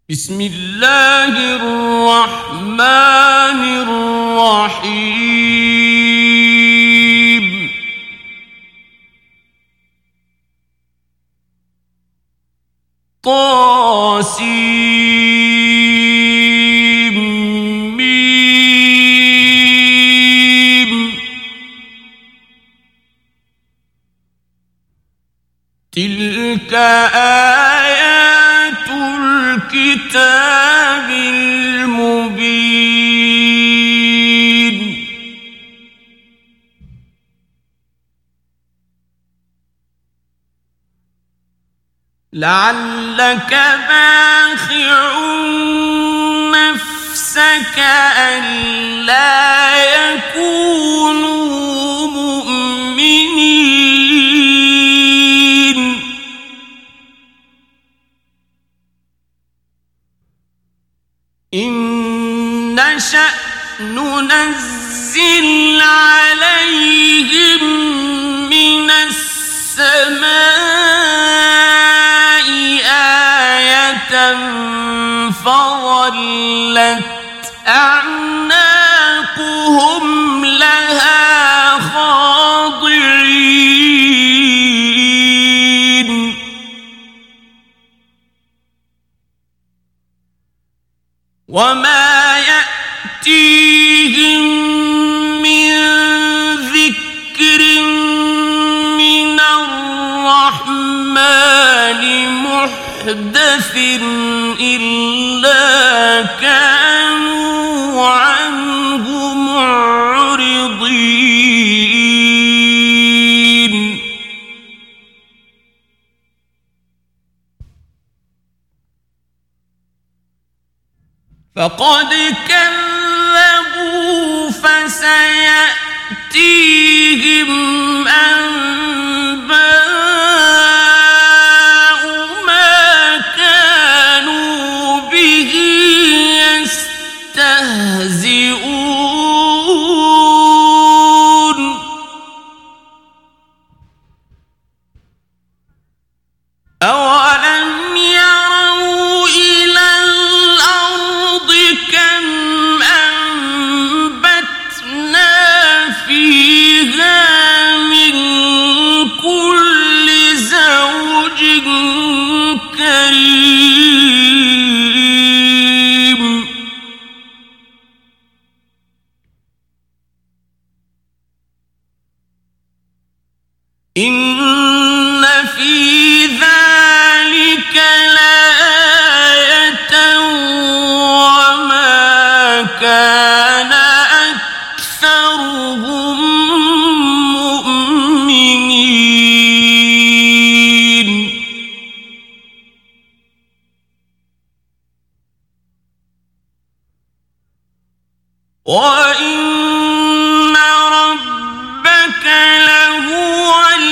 بسم الله الرحمن الرحيم طاسيم تلك آيات الكتاب المبين لعلك باخع نفسك ألا يكونوا مؤمنين إن نشأ ننزل عليهم من السماء آية فظلت أعناقهم لها خاضعين وما يأتيهم من ذكر من الرحمن محدث إلا كانوا عنه معرضين فقد كذبوا فسيأتيهم أنباء ما كانوا به يستهزئون أولم يروا إلى الأرض كم أنبتنا فيها من كل زوج كريم إن في ذلك لآية وما كان أكثرهم مؤمنين وإن ربك لهو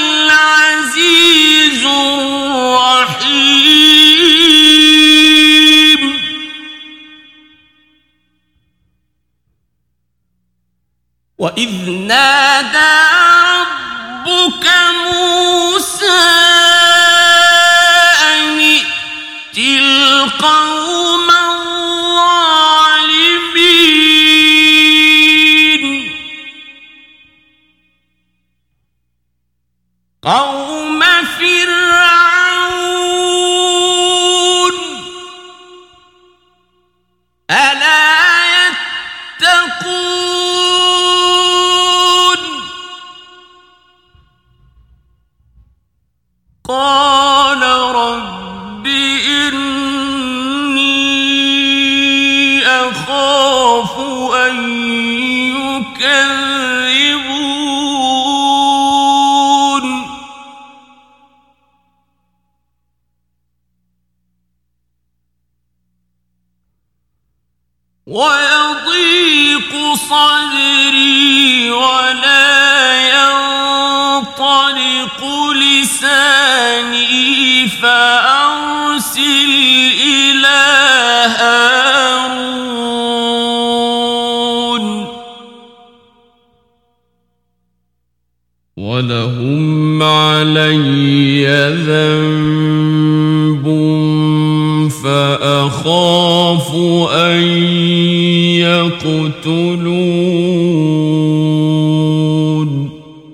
العزيز الرحيم وإذ نادى ربك موسى أن ائت القوم الظالمين قوم فرعون ألا يتقون قال رب إني أخاف أن يكذبون ويضيق صدري ولا ينطلق لساني فأرسل إلى هارون ولهم علي ذنب فأخاف أخاف أن يقتلون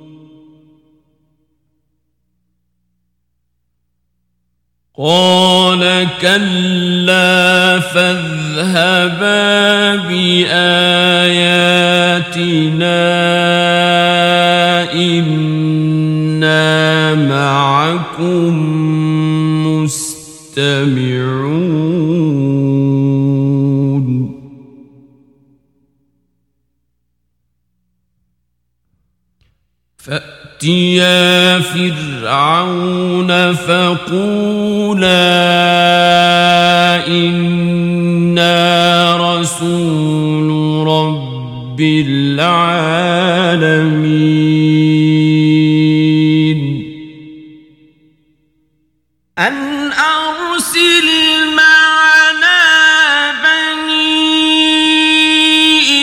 قال كلا فاذهبا بآياتنا إنا معكم مستمعون فأتيا فرعون فقولا إنا رسول رب العالمين أن أرسل معنا بني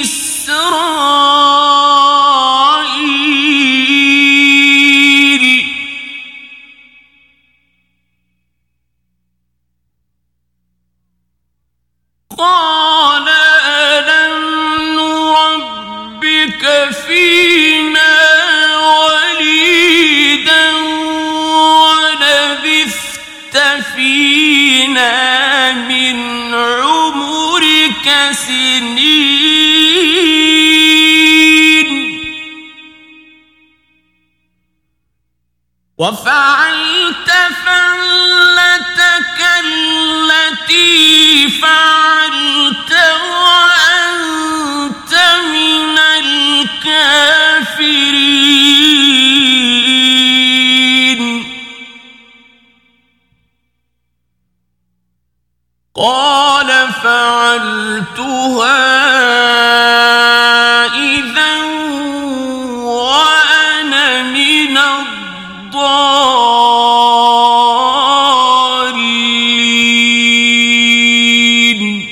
إسرائيل قال ألم نربك فينا وليدا ولبثت فينا من عمرك سنين وفعلت فعلتك التي فعلت وأنت من الكافرين قال فعلتها إذا وأنا من الضالين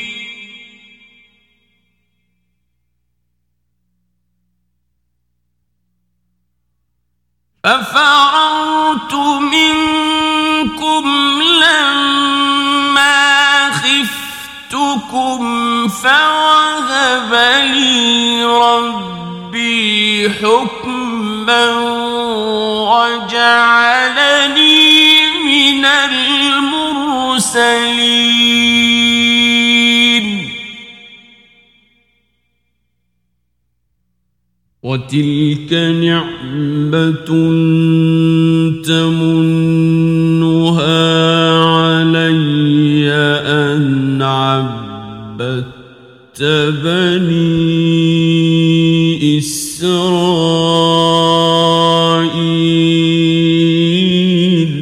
ففررت منكم لما خفتكم فوهب لي ربي حكما وجعلني من المرسلين وتلك نعمة تمنها علي أن عبدت بني إسرائيل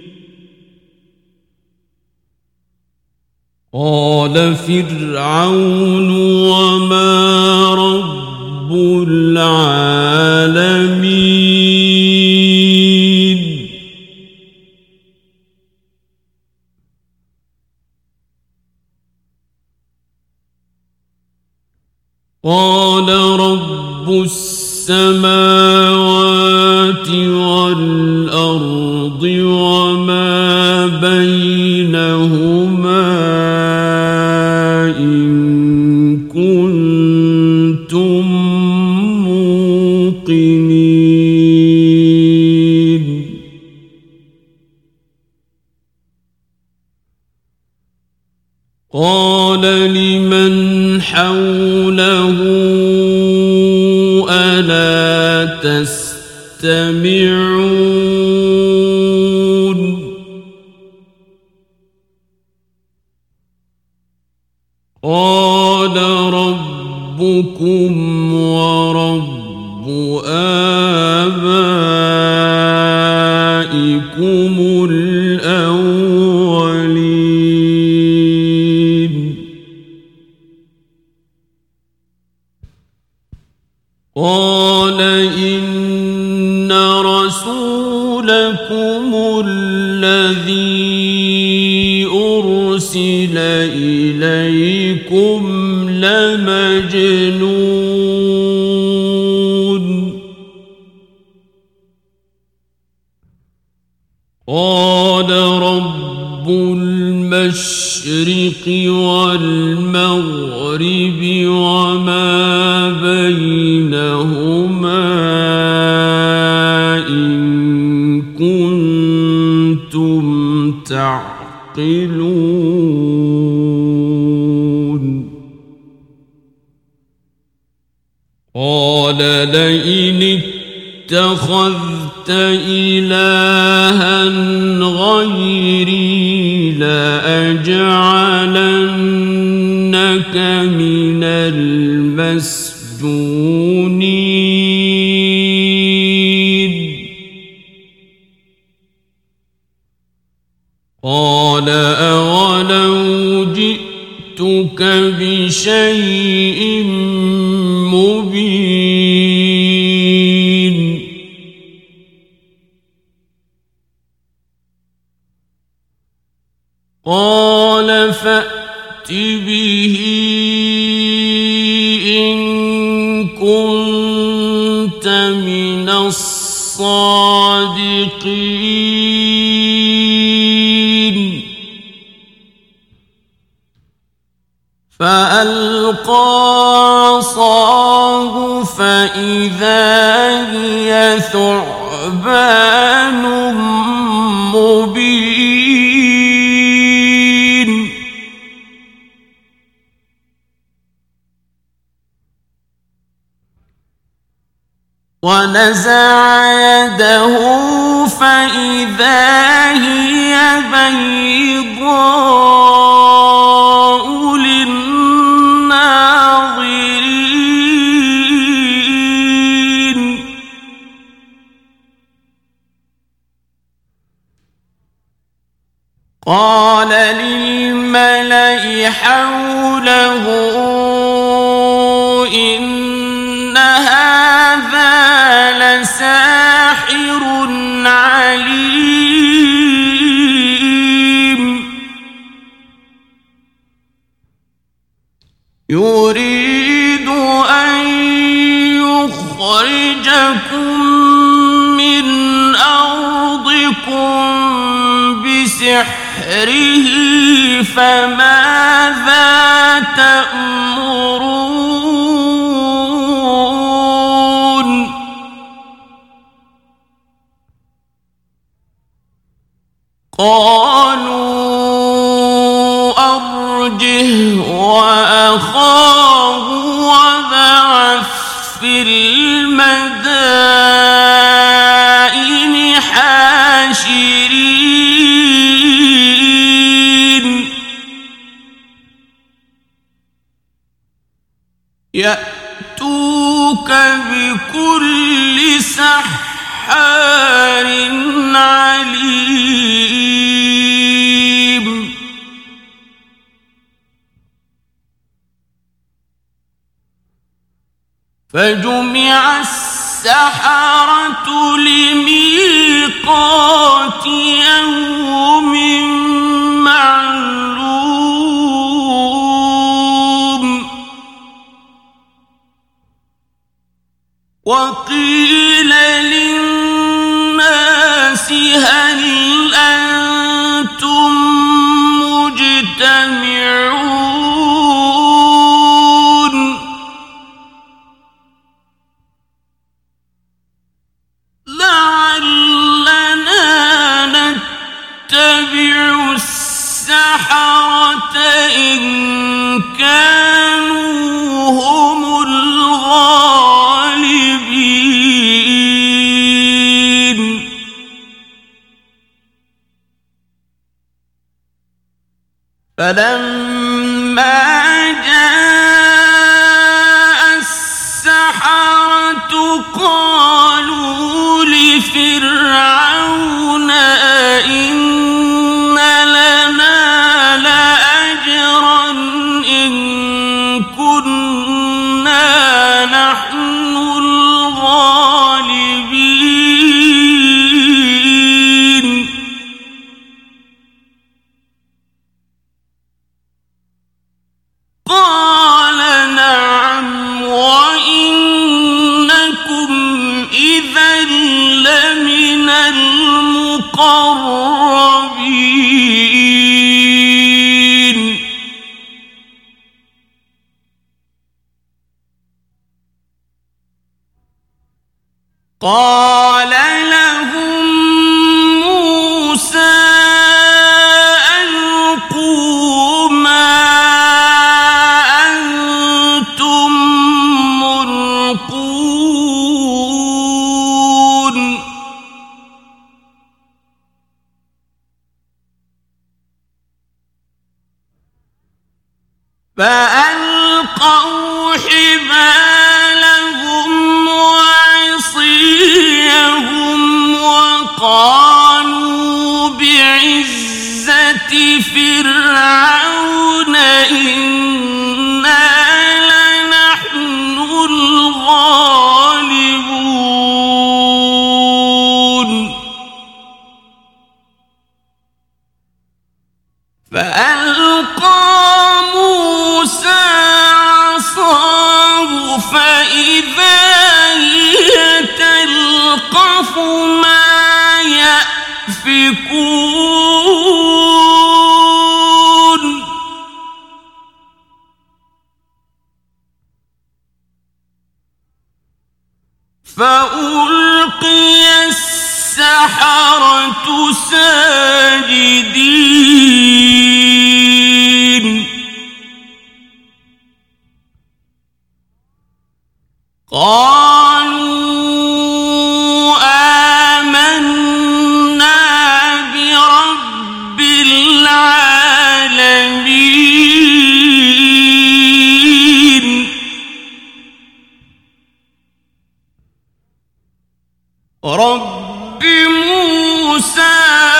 قال فرعون وما رب العالمين قال رب السماوات والأرض وما بينهما إن كنتم موقنين قال لمن حوله ألا تستمعون قال ربكم ورب آبائكم الأولين قال إن رسولكم الذي أرسل إليكم لمجنون قال رب المشرقين المشرق والمغرب وما بينهما إن كنتم تعقلون قال لئن اتخذت إلها غيري لأجعلنك من المسجونين قال أولو جئتك بشيء مبين قال فأت به إن كنت من الصادقين فألقى عصاه فإذا هي ثعبان مبين ونزع يده فإذا هي بيضاء للناظرين قال للملأ حوله إن هذا لساحر عليم يريد أن يخرجكم من أرضكم بسحره فماذا تأمرون قالوا أرجه وأخاه وابعث في المدائن حاشرين يأتوك بكل سحار عليم فجمع السحرة لميقات يوم معلوم وقيل للناس هل أنتم مجتمعون لعلنا نتبع السحرة إن كانوا هم الغالبين فلما جاء السحرة قالوا لفرعون أئن لنا لأجرا إن كنا نحن الغالبين قال نعم وإنكم إذا لمن المقربين قال لهم موسى ألقوا ما أنتم ملقون فألقوا حبالهم وعصيهم وقالوا بعزة فرعون إنا لنحن الغالبون فألقى موسى عصاه فإذا هي تلقف ما يأفكون فألقي السحرة ساجدين قالوا آمنا برب العالمين رب موسى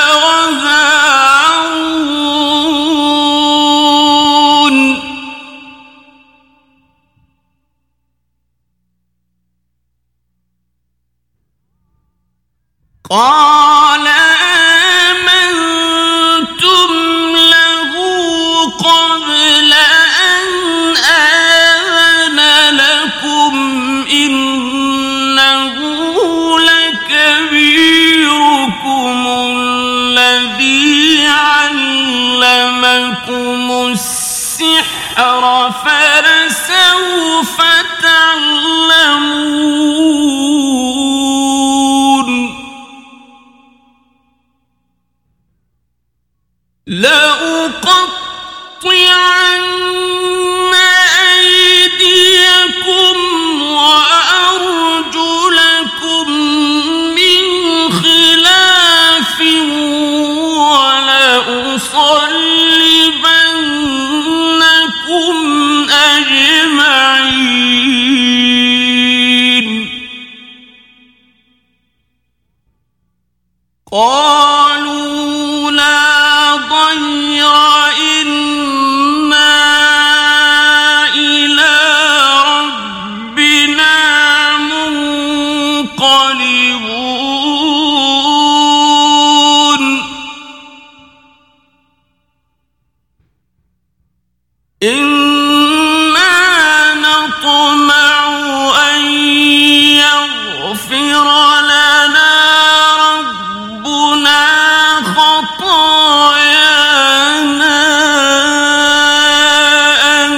وهارون قال آمنتم له قبل أن آذن لكم إنه لكبيركم الذي علمكم السحر فلسوف تعلمون لأقطعن أيديكم وأرجلكم من خلاف ولأصلبنكم أجمعين قالوا لا ضير إنا إلى ربنا منقلبون إنا نطمع أن يغفر لنا ربنا خطايانا أن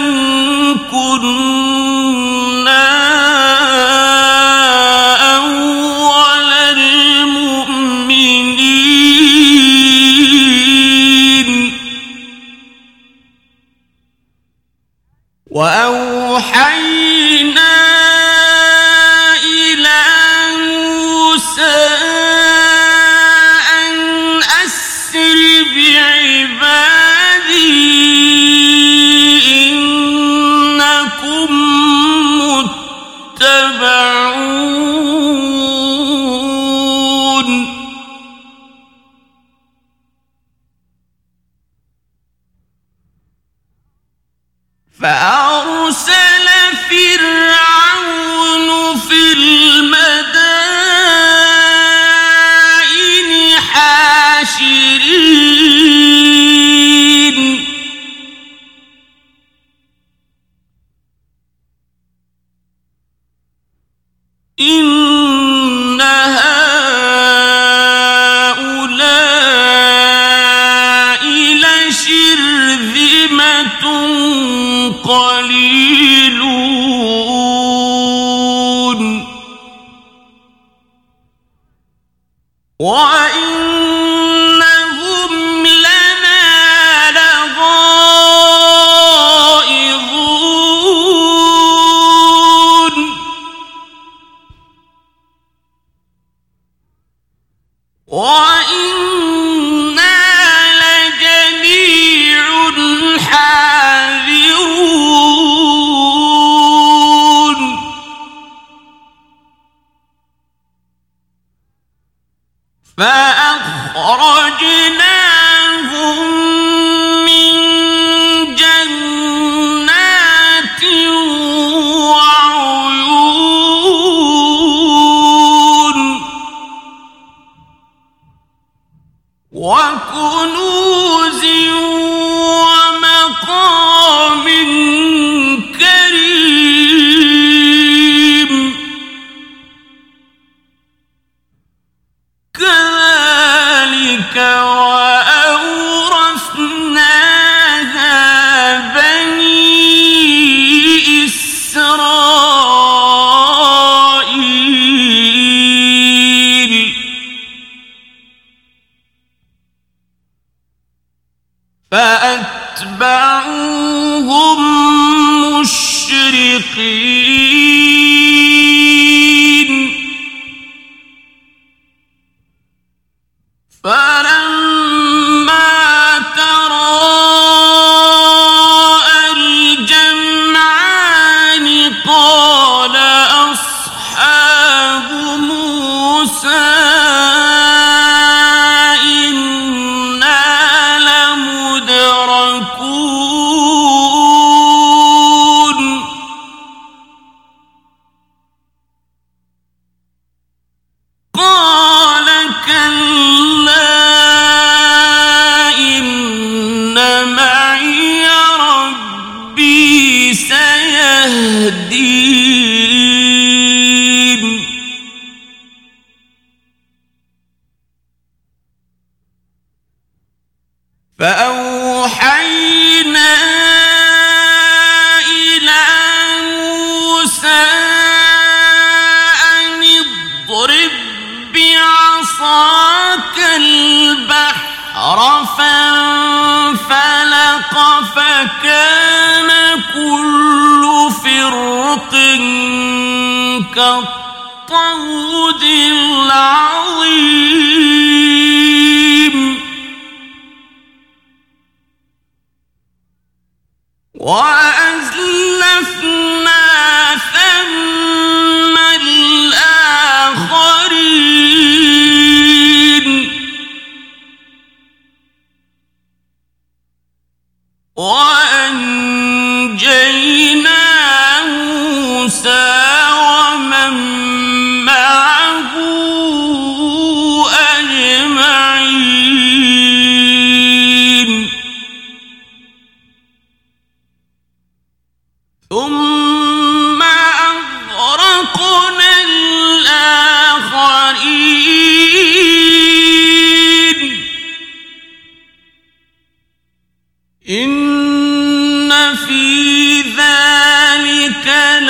كنا أول المؤمنين وأوحينا إلى موسى أن أسر بعبادي إنكم متبعون فأرسل فرعون في المدائن حاشرين إن هؤلاء لشرذمة قليلون وإنهم لنا لغائظون وإنا لجميع حاذرون فأخرجناهم من جنات وعيون وكنوز ومقام كريم كذلك وأورثناها بني إسرائيل فأتبعوهم مشرقين فلما تراءى الجمعان قال أصحاب موسى إنا لمدركون قال كلا إن معي ربي سيهدين فأوحينا إلى موسى أن اضرب بعصاك البحر فانفلق فكان كل فرق كالطود العظيم وأزلفنا ثم الآخرين وأنجينا موسى ومن معه أجمعين ثم أغرقنا الآخرين إن في ذلك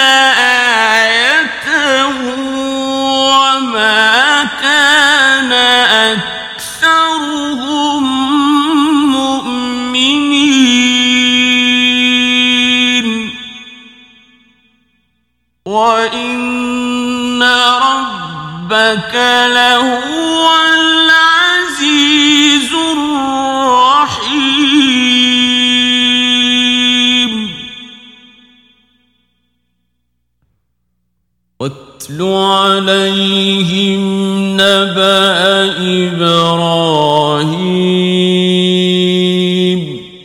لآية وما كان أكثرهم مؤمنين وإن ربك لهو العزيز الرحيم واتل عليهم نبأ إبراهيم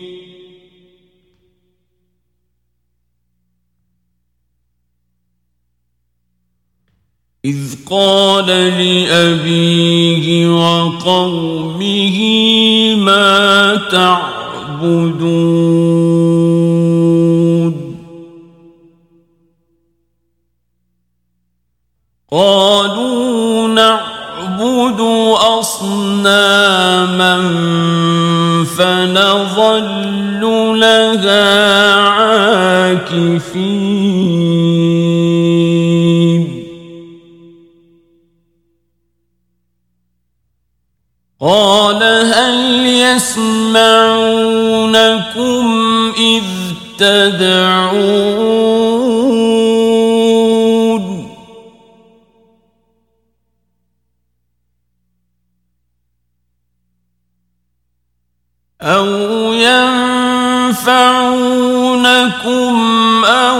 إذ قال لأبيه وقومه ما تعبدون قالوا نعبد أصناما فنظل لها عاكفين قال هل يسمعونكم إذ تدعون أو ينفعونكم أو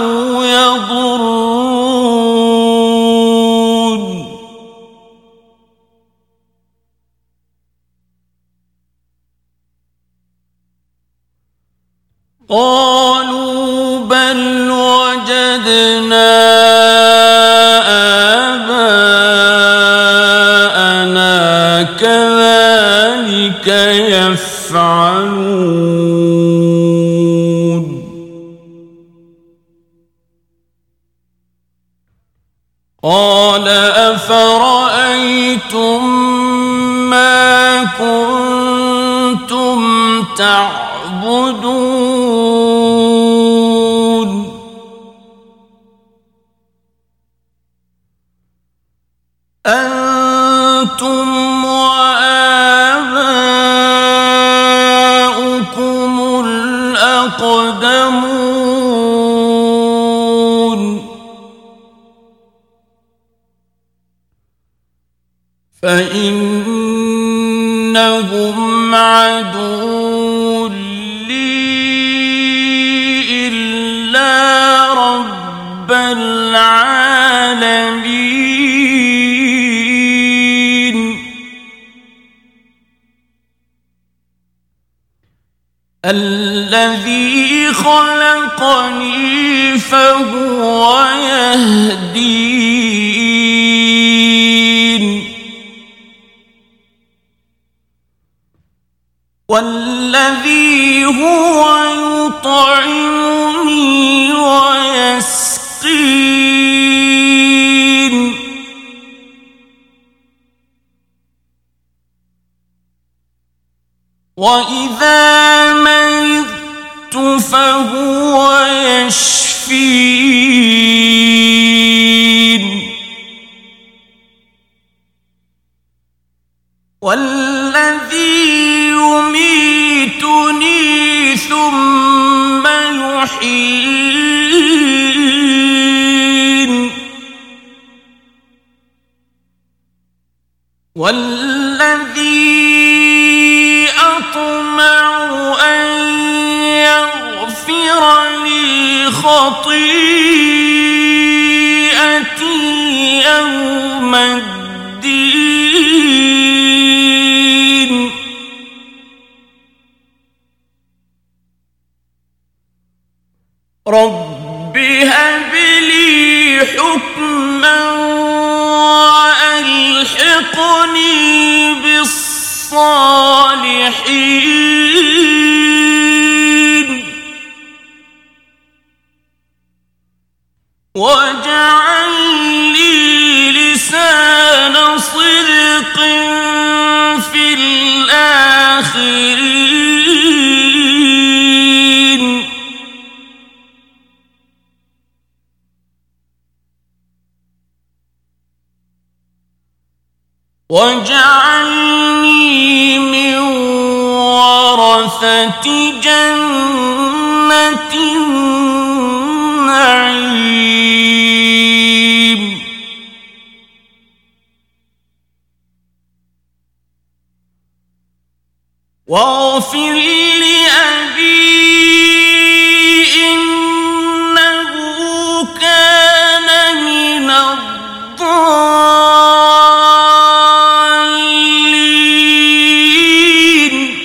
يضرون قالوا بل وجدنا آباءنا كذلك يفعلون قال أفرأيتم ما كنتم تعبدون أنتم وآباؤكم الأقدمون فإنهم عدو لي إلا رب العالمين الذي خلقني فهو يهدين والذي هو يطعمني ويسقين وإذا مرضت فهو يشفين والذي يميتني ثم يحيين والذي أطمع أن يغفر لي خطيئتي يوم الدين رب هب لي حكما وألحقني بالصالحين واجعل لي لسان صدق في الآخرين واجعلني من ورثة جنة النعيم واغفر لأبي إنه كان من الضالين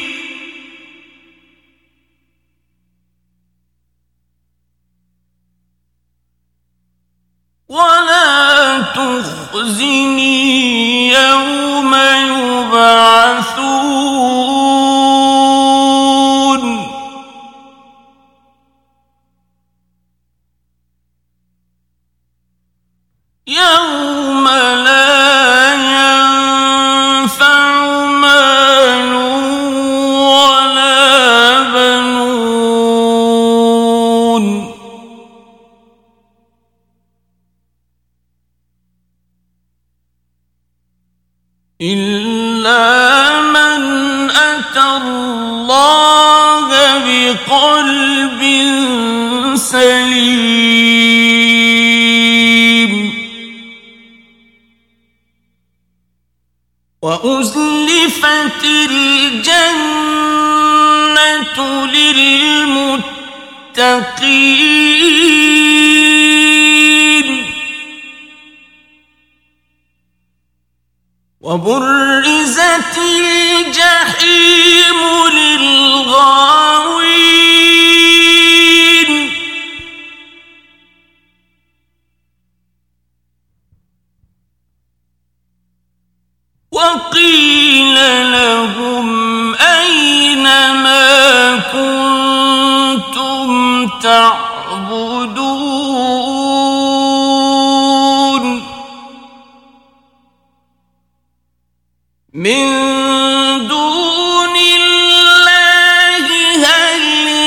ولا تخزني يوم يبعثون يوم لا ينفع مال ولا بنون إلا من بقلب سليم وأزلفت الجنة للمتقين وبرزت الجحيم للغاوين وقيل لهم أين ما كنتم تعبدون من دون الله هل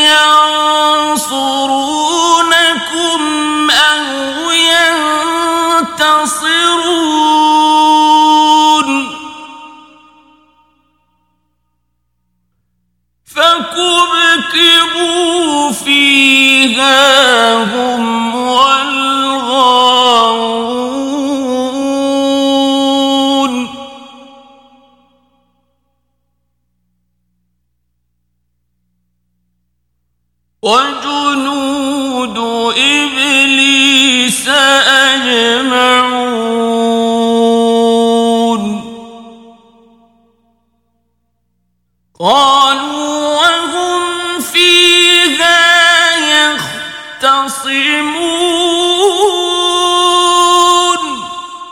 ينصرونكم أو ينتصرون فكبكبوا فيها هم والغاوون وجنود إبليس أجمعون قالوا وهم فيها يختصمون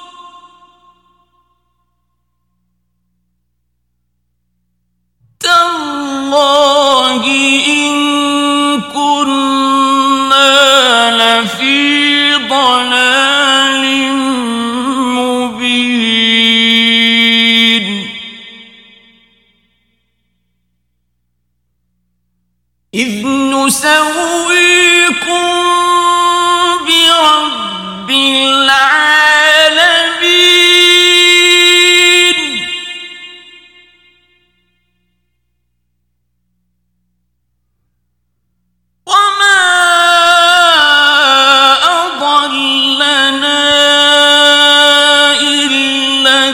تالله إن كنا لفي ضلال مبين إذ نسويكم برب العالمين وما أضلنا إلا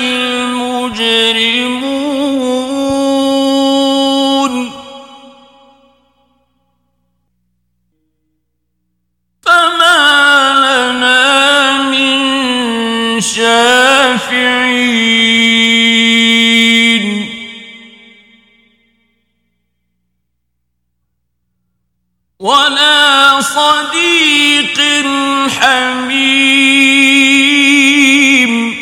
المجرمون فما لنا من شافعين ولا صديق حميم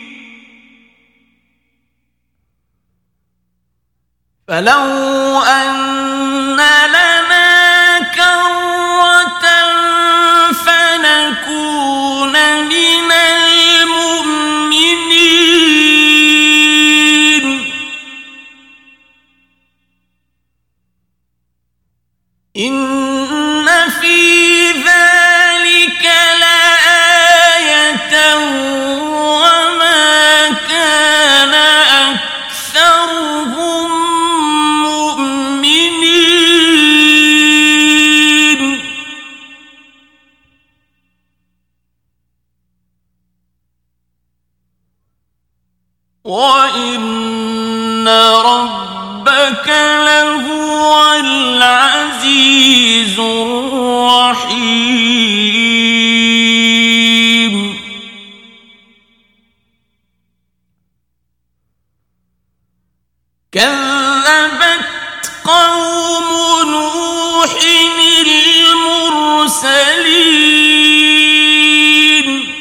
فلو أن لنا كرة فنكون من المؤمنين إن في ذلك لآية وما كان أكثرهم مؤمنين وإن ربك لهو العزيز الرحيم كذبت قوم نوح المرسلين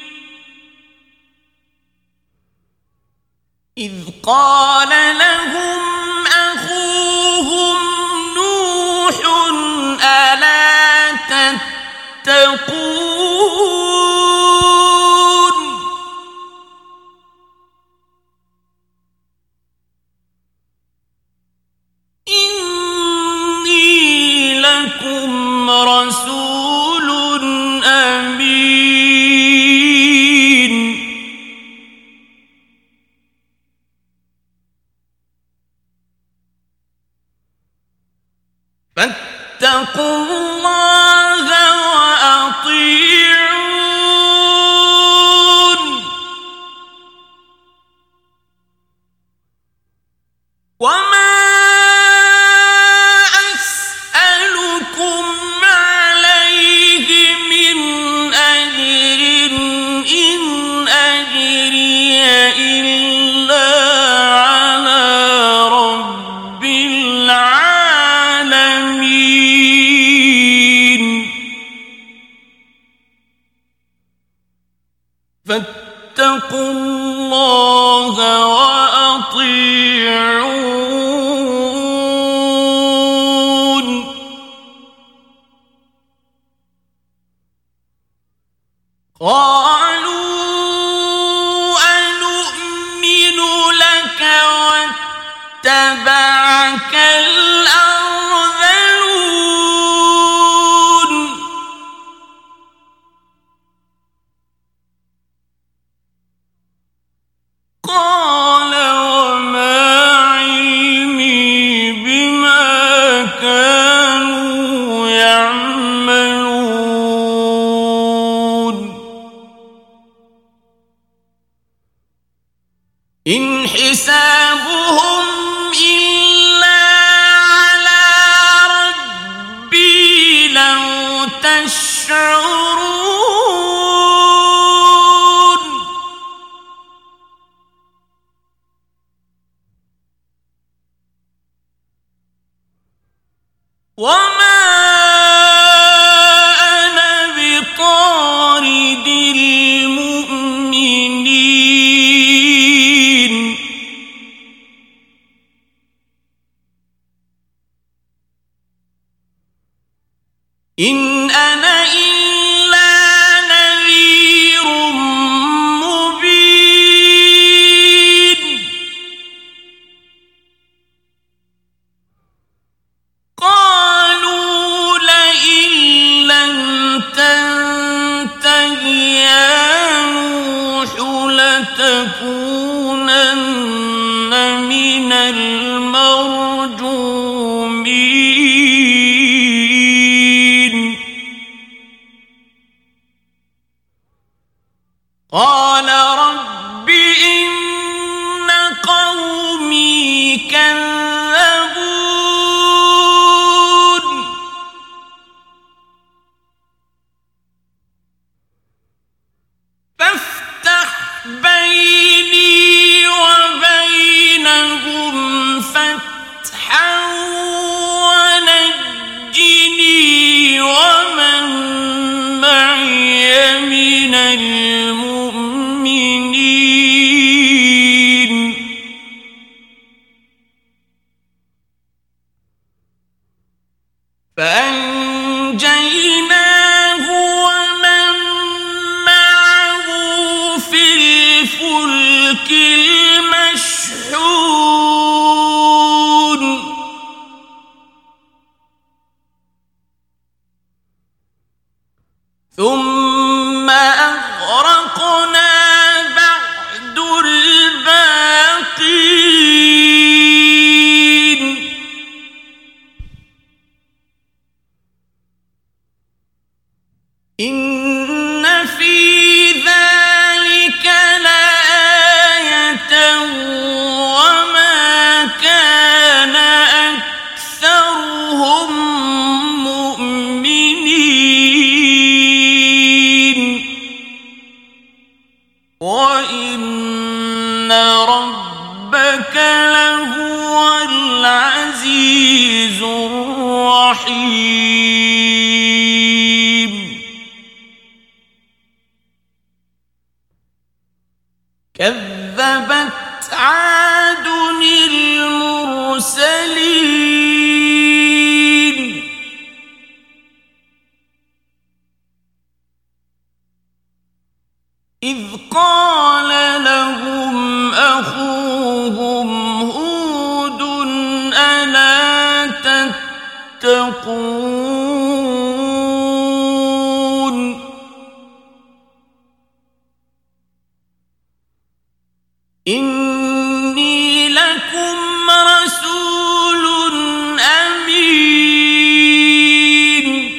إذ قال لهم أخوهم نوح ألا تتقون إني لكم رسول أمين فاتقوا قالوا أنؤمن لك واتبعك الأرذلون قال وما علمي بما كانوا يعملون إن حسابهم إلا على ربي لو تشعرون وما أنا بطارد المؤمنين إن أنا إلا نذير مبين قالوا لئن لم تنته يا نوح لتكونن من المرجومين قال رب إن قومي كذبون فافتح بيني وبينهم فتحا ونجني ومن معي من المؤمنين فأنجيناه ومن معه في الفلك المشحون ثم أغرقنا بعد الباقين إن في ذلك لآية وما كان أكثرهم مؤمنين وإن ربك لهو العزيز الرحيم كذبت عاد المرسلين إذ قال لهم أخوهم هود ألا تتقون إني لكم رسول أمين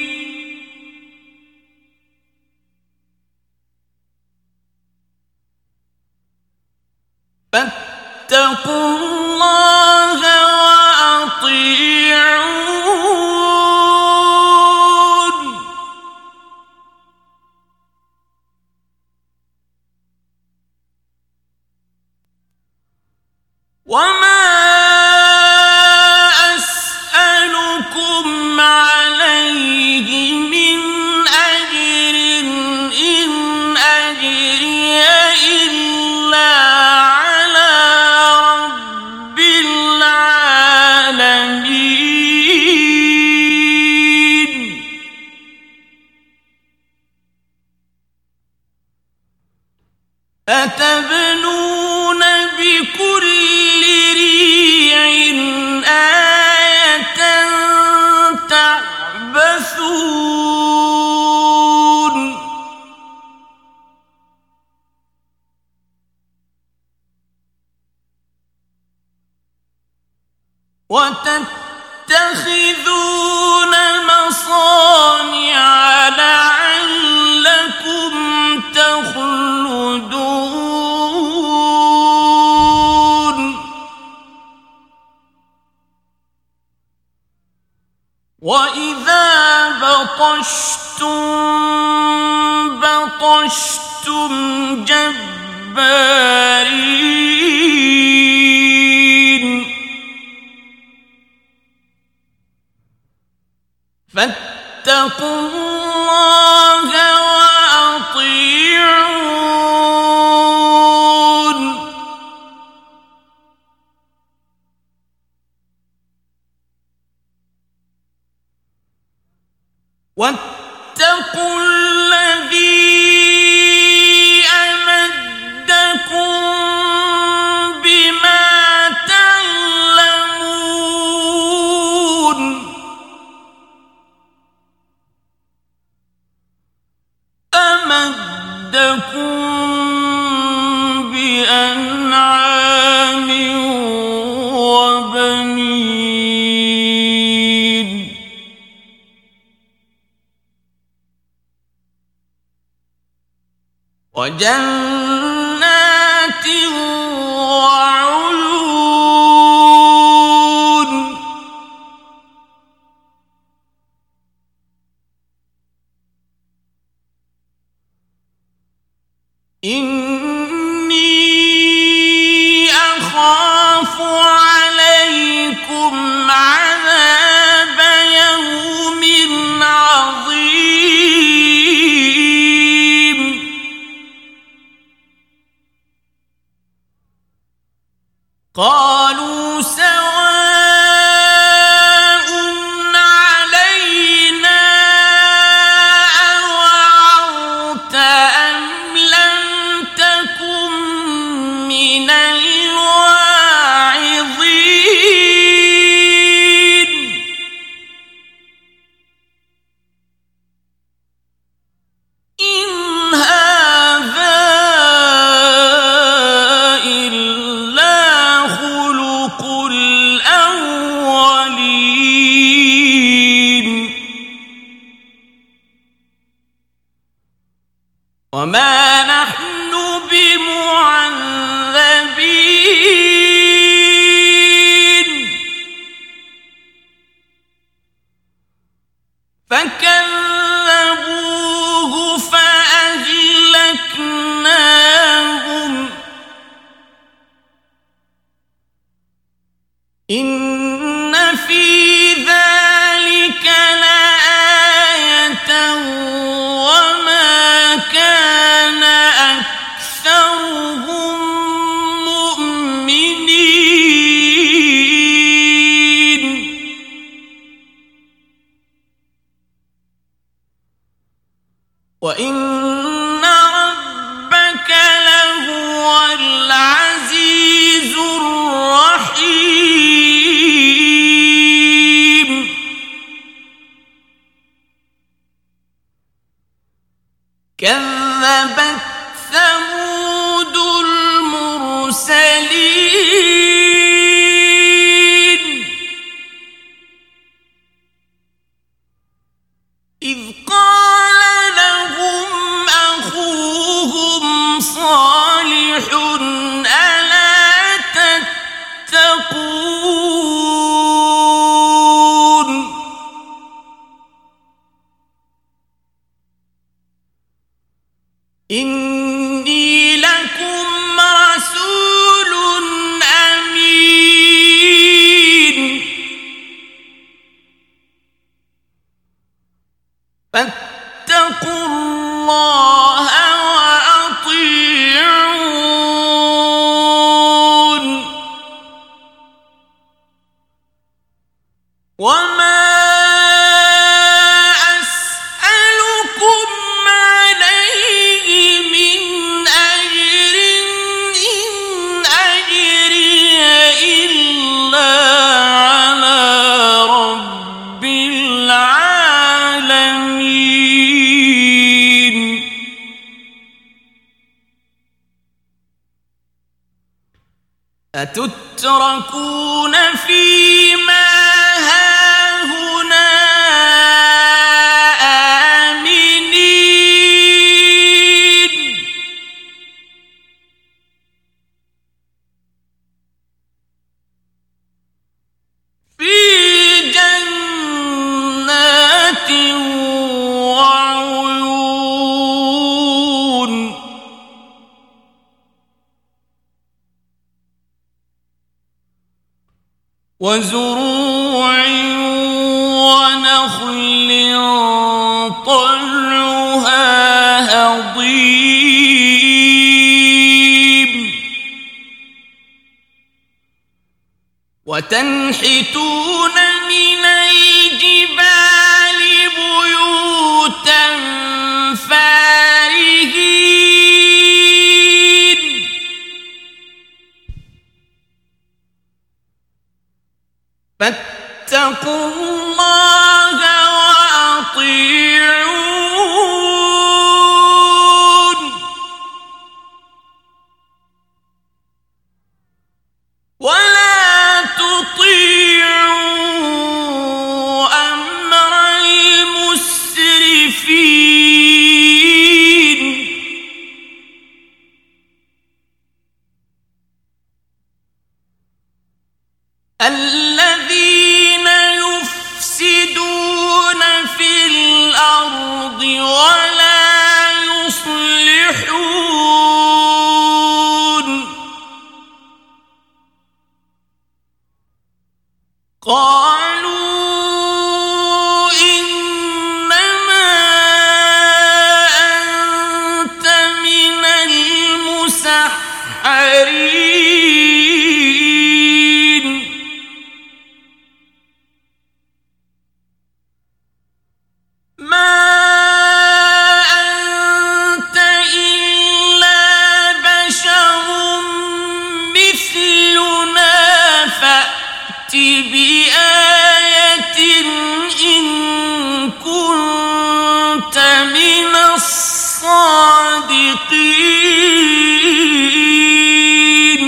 فاتقوا الله وأطيعون وما أسألكم عليه من أجر إن أجري إلا على رب أتبنون بكل ريع آية تعبثون وتتخذون مصانع لعلكم تخلدون وإذا بطشتم بطشتم جبارين فاتقوا الله وأطيعون واتقوا الذي أمدكم بما تعلمون أمدكم بأنعام وبنين وجنات وعيون إني أخاف عليكم عذاب يوم عظيم قالوا سواء علينا أوعظت أم لم تكن من الواعظين إن هذا إلا خلق الأولين وما نحن بمعذبين فكذبوه فأهلكناهم إن في ذلك لآية وما كان أكثرهم مؤمنين وإن ربك لهو العزيز الرحيم كذبت ثمود المرسلين إذ قال لهم أخوهم صالح ألا تتقون إني لكم رسول أمين فاتقوا الله وأطيعون وما أسألكم عليه من أجر أتتركون فيما هاهنا آمنين في جنات وعيون وزروع ونخل طلعها هضيم وتنحتون من الجبال بيوتا فارهين فاتقوا الله وأطيعون ولا تطيعوا أمر المسرفين الذين يفسدون في الأرض ولا يصلحون قالوا إنما أنت من المسحرين ما أنت إلا بشر مثلنا فأت بآية إن كنت من الصادقين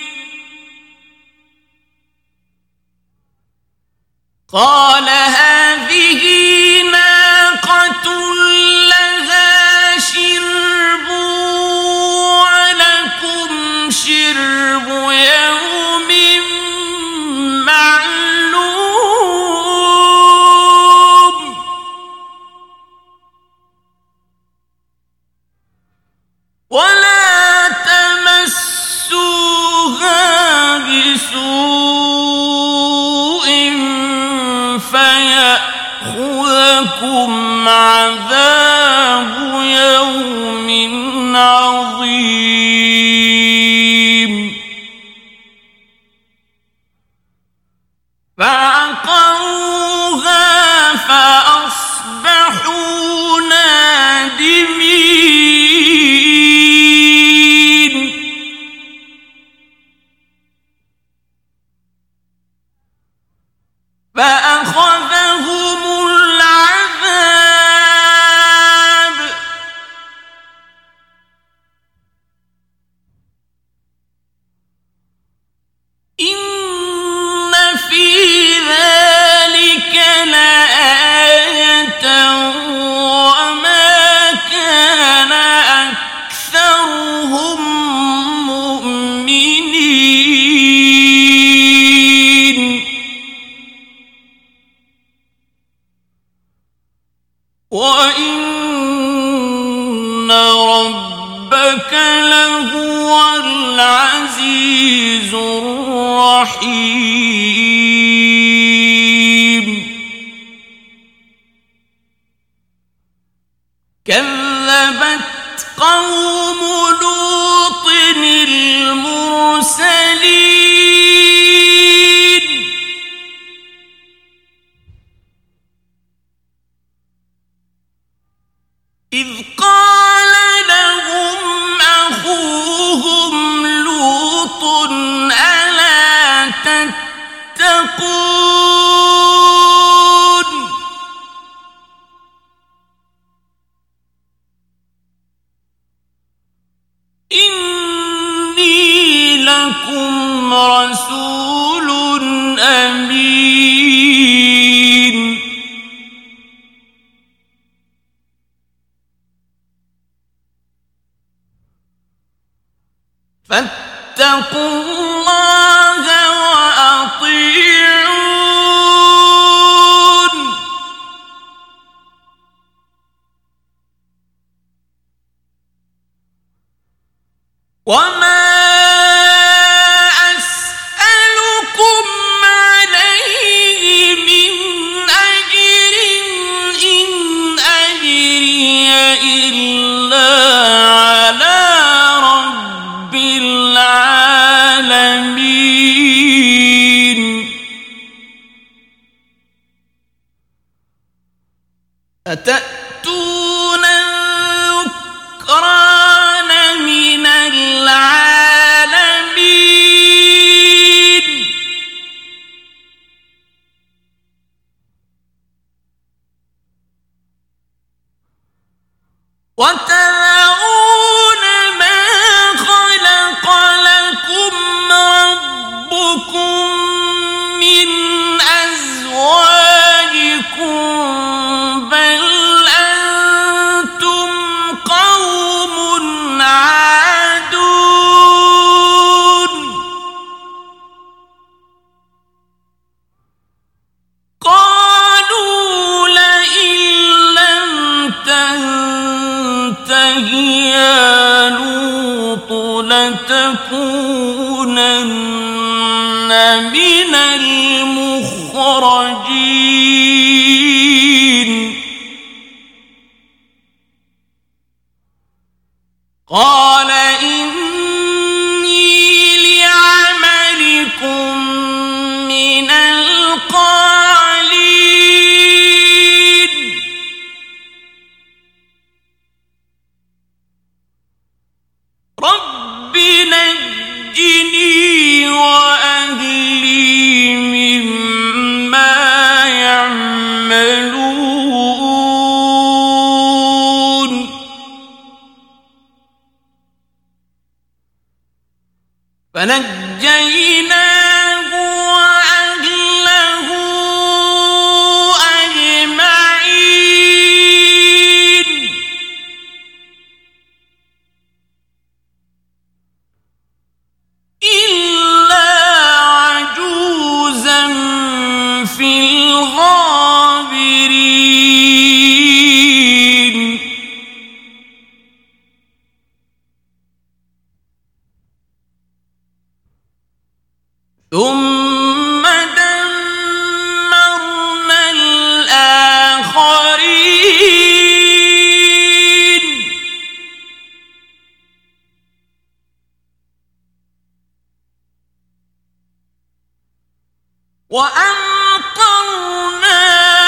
قال هذه ناقة لها شرب ولكم شرب يوم معلوم ولا تمسوها بسوء فيأخذكم عذاب يوم عظيم فعقروها فأصبحوا نادمين فأخذهم العذاب إن في ذلك لآية وما كان أكثرهم مؤمنين وإن ربك لهو العزيز الرحيم كذبت قوم لوط المرسلين إذ قال لهم أخوهم لوط ألا تتقون إني لكم رسول أمين فاتقوا الله وأطيعون وما أسألكم عليه من أجر إن أجري إلا على رب العالمين أتأتون الذكران من العالمين وتذرون ما خلق لكم ربكم من أزواجكم بل أنتم قوم عادون قالوا لئن لم تنته يا لوط لتكونن من المخرجين قال إني لعملكم من القالين رب نجني وأهلي مما يعملون فنجيناه وأهله أجمعين إلا عجوزا في الغابرين ثم دمرنا الآخرين وأمطرنا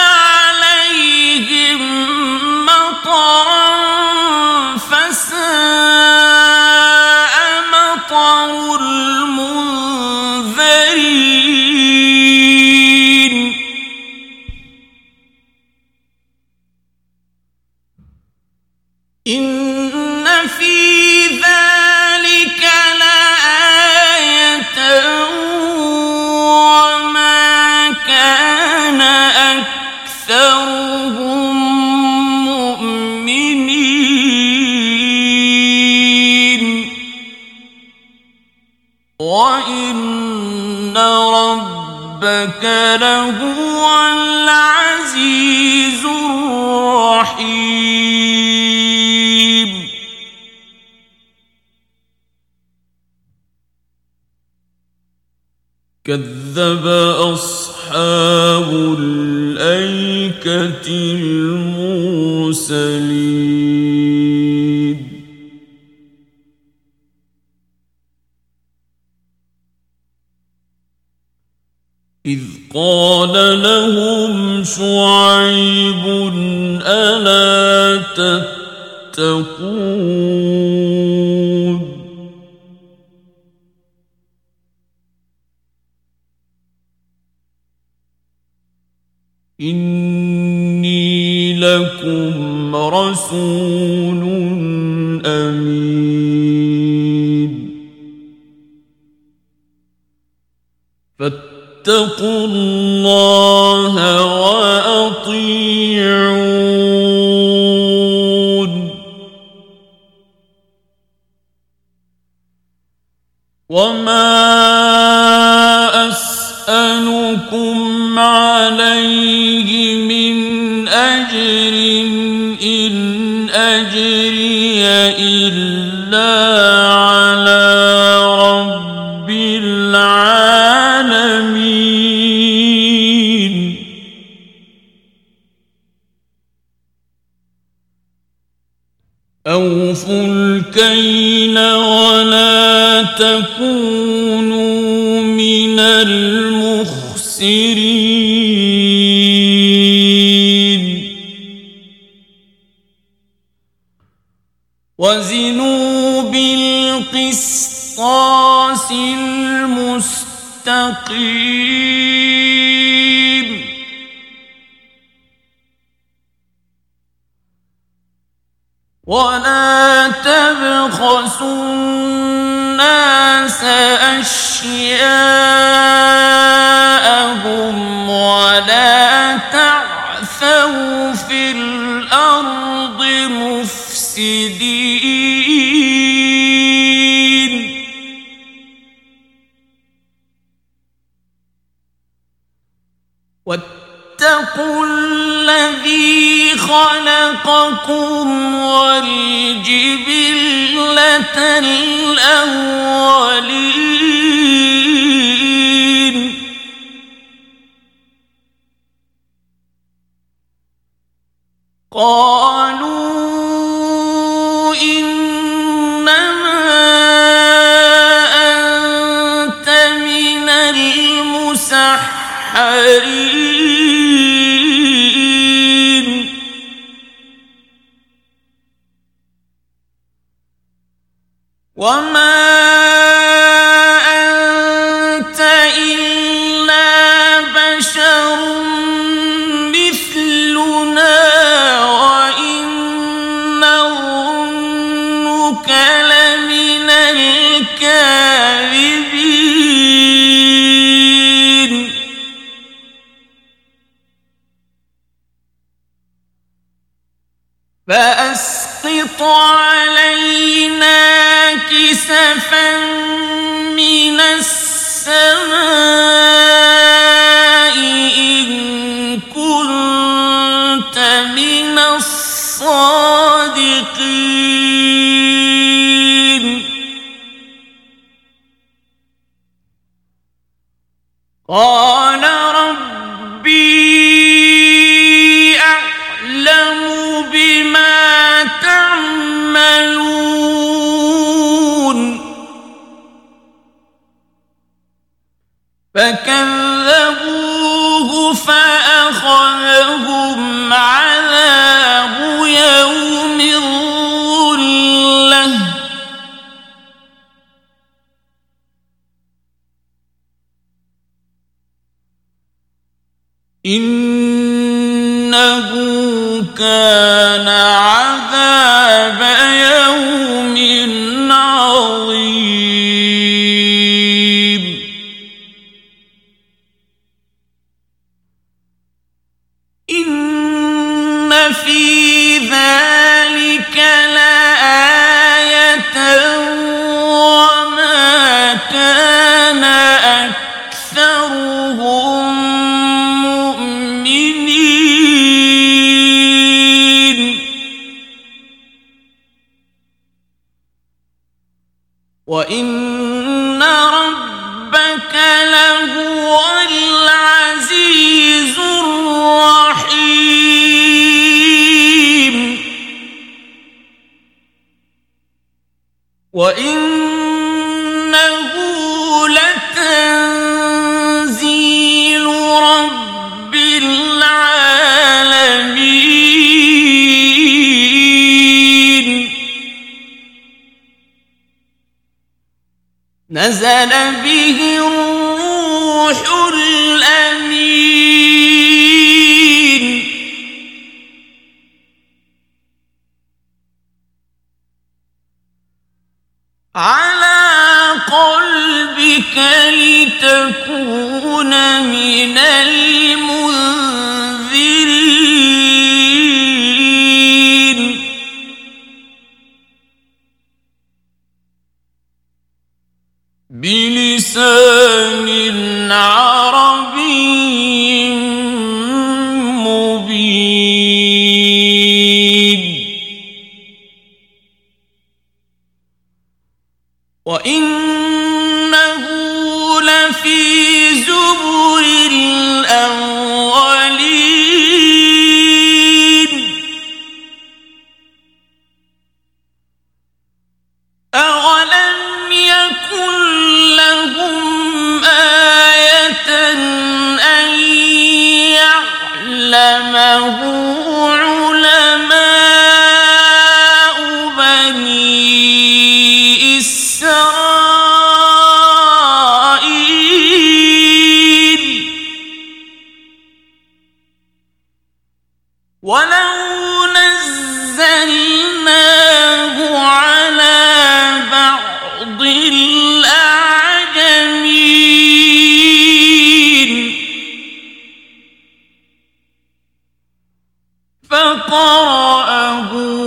عليهم مطرا فساء مطر المنذرين إن في ذلك لآية وما كان أكثرهم مؤمنين وإن ربك لهو العزيز الرحيم كذب أصحاب الأيكة المرسلين إذ قال لهم شعيب ألا تتقون إني لكم رسول أمين واتقوا الله وأطيعون وما أسألكم عليه من أجر إن أجري إلا على رب العالمين أوفوا الكيل ولا تكونوا من المخسرين وزنوا بالقسطاس المستقيم ولا تبخسوا الناس أشياءهم ولا تعثوا في الأرض مفسدين واتقوا الذي خلقكم والجبلة الأولين قالوا إنما أنت من المسحرين وما أنت إلا بشر مثلنا وإن نظنك لمن الكاذبين فأسقط علينا كسفا من السماء إن كنت من الصادقين قال ربي أعلم بما تعملون فكذبوه فأخذهم عذاب يوم الظلة إنه كان عذاب يوم عظيم إن في ذلك لآية وما كان أكثرهم مؤمنين وإن ربك لهو العزيز الرحيم وإنه لتنزيل رب العالمين نزل به الروح الأمين على قلبك كي تكون من المنذرين بلسان عربي مبين وإنه لفي زبر الأولين أولم يكن لهم آية أن يعلمه علماء بني إسرائيل ولو نزلناه على بعض الأعجمين فقرأه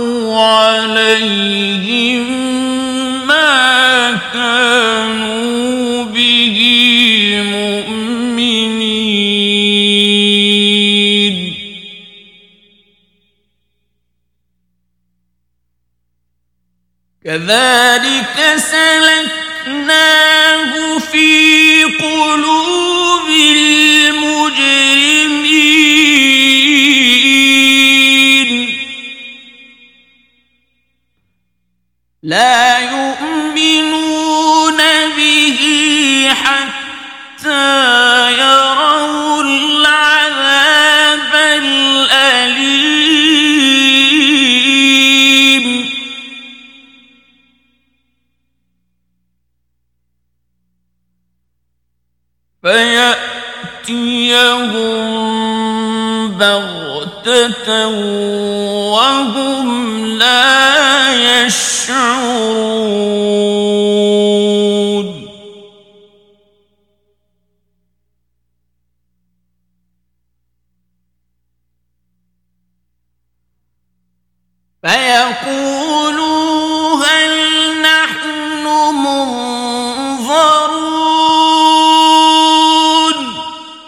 عليهم ما كانوا به مؤمنين كذلك سلكناه في قلوب المجرمين لا يؤمنون به حتى يروا العذاب الأليم فيأتيهم بغتة وهم لا يشعرون فيقولوا هل نحن منظرون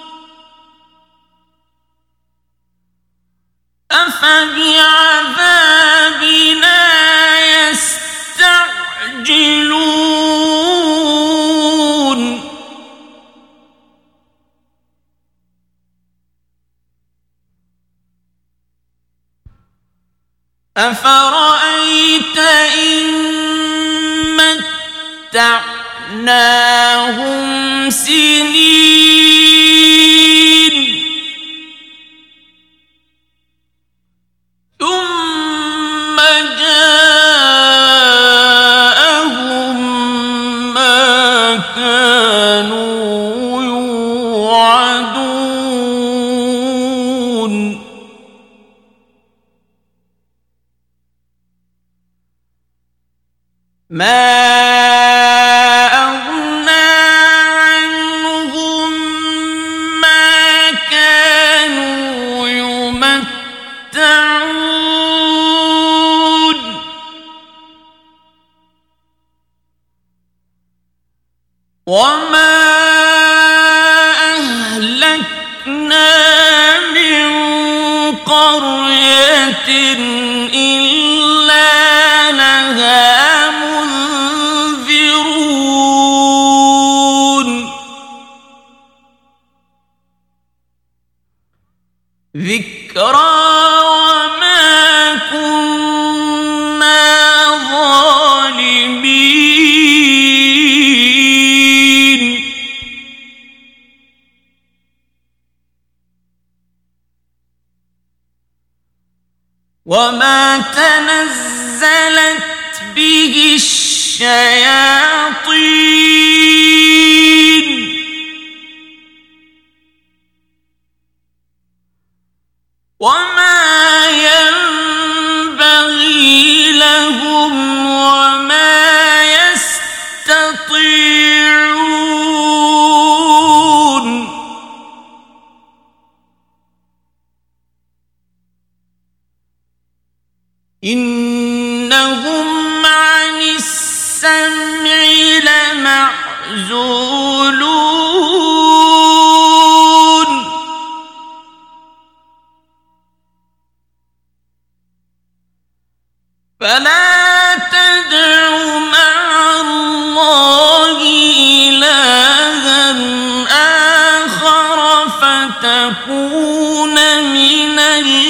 أفبعذابنا يستعجلون أفرأيت إن متعناهم سنين ثم جاءهم ما كانوا يوعدون ما أغنى عنهم ما كانوا يمتعون وما أهلكنا من قرية إلا لها منذرون ذكرى وما كنا ظالمين وما تنزلت به الشياطين وما ينبغي لهم وما يستطيعون لمحزونون فلا تدع مع الله إلها آخر فتكون من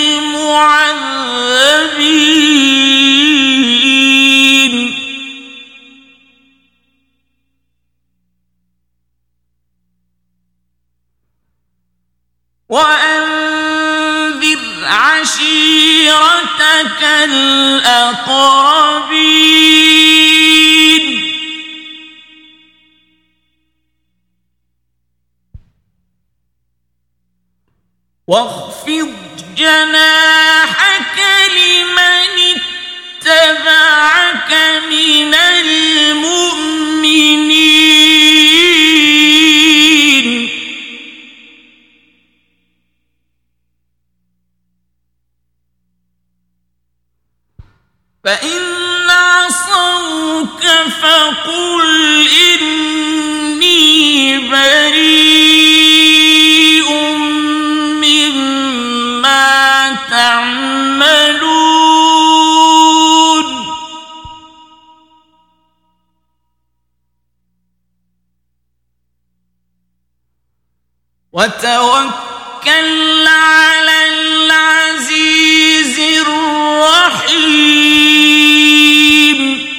المعذبين وأنذر عشيرتك الأقربين واخفض جناحك لمن اتبعك من المؤمنين فإن عصوك فقل إني بريء مما تعملون وتوكل على العزيز الرحيم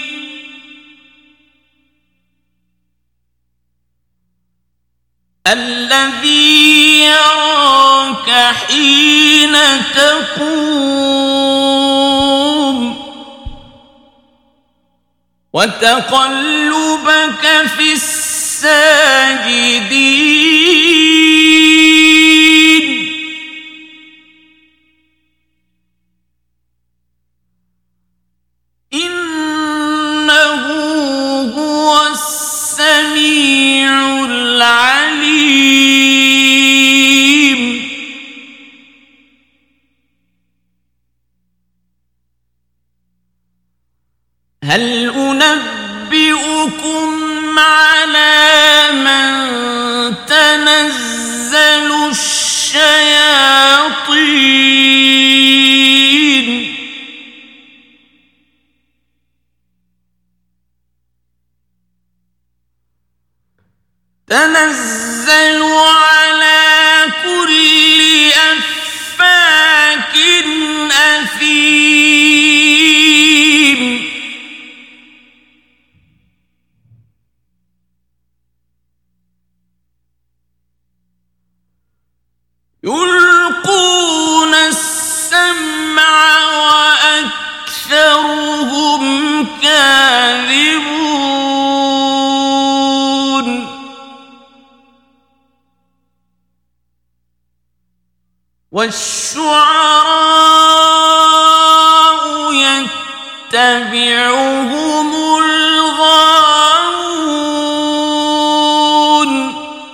الذي يراك حين تقوم وتقلبك في الساجدين إنه هو السميع العليم هل أنبئكم على من تنزل الشياطين تنزل على كل أفاك أثيم يلقون السمع وأكثرهم كاذبون والشعراء يتبعهم الغاوون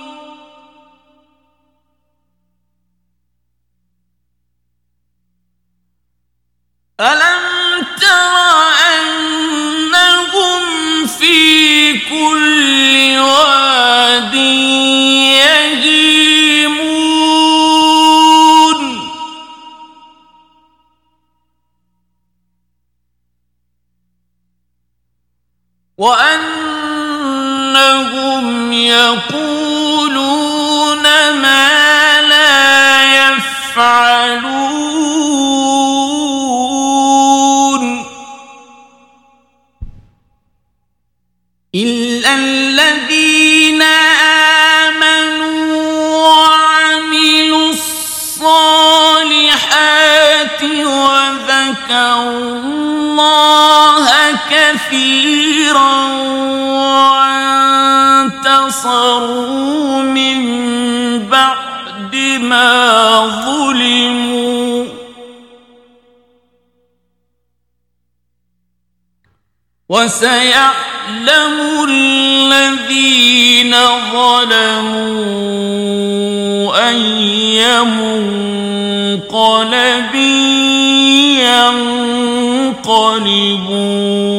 ألم تر أنهم في كل واد يهيمون وأنهم يقولون ما لا يفعلون إلا الذين آمنوا وعملوا الصالحات وذكروا الله كثيرا وانتصروا من بعد ما ظلموا وسيعلم الذين ظلموا أي منقلب ينقلبون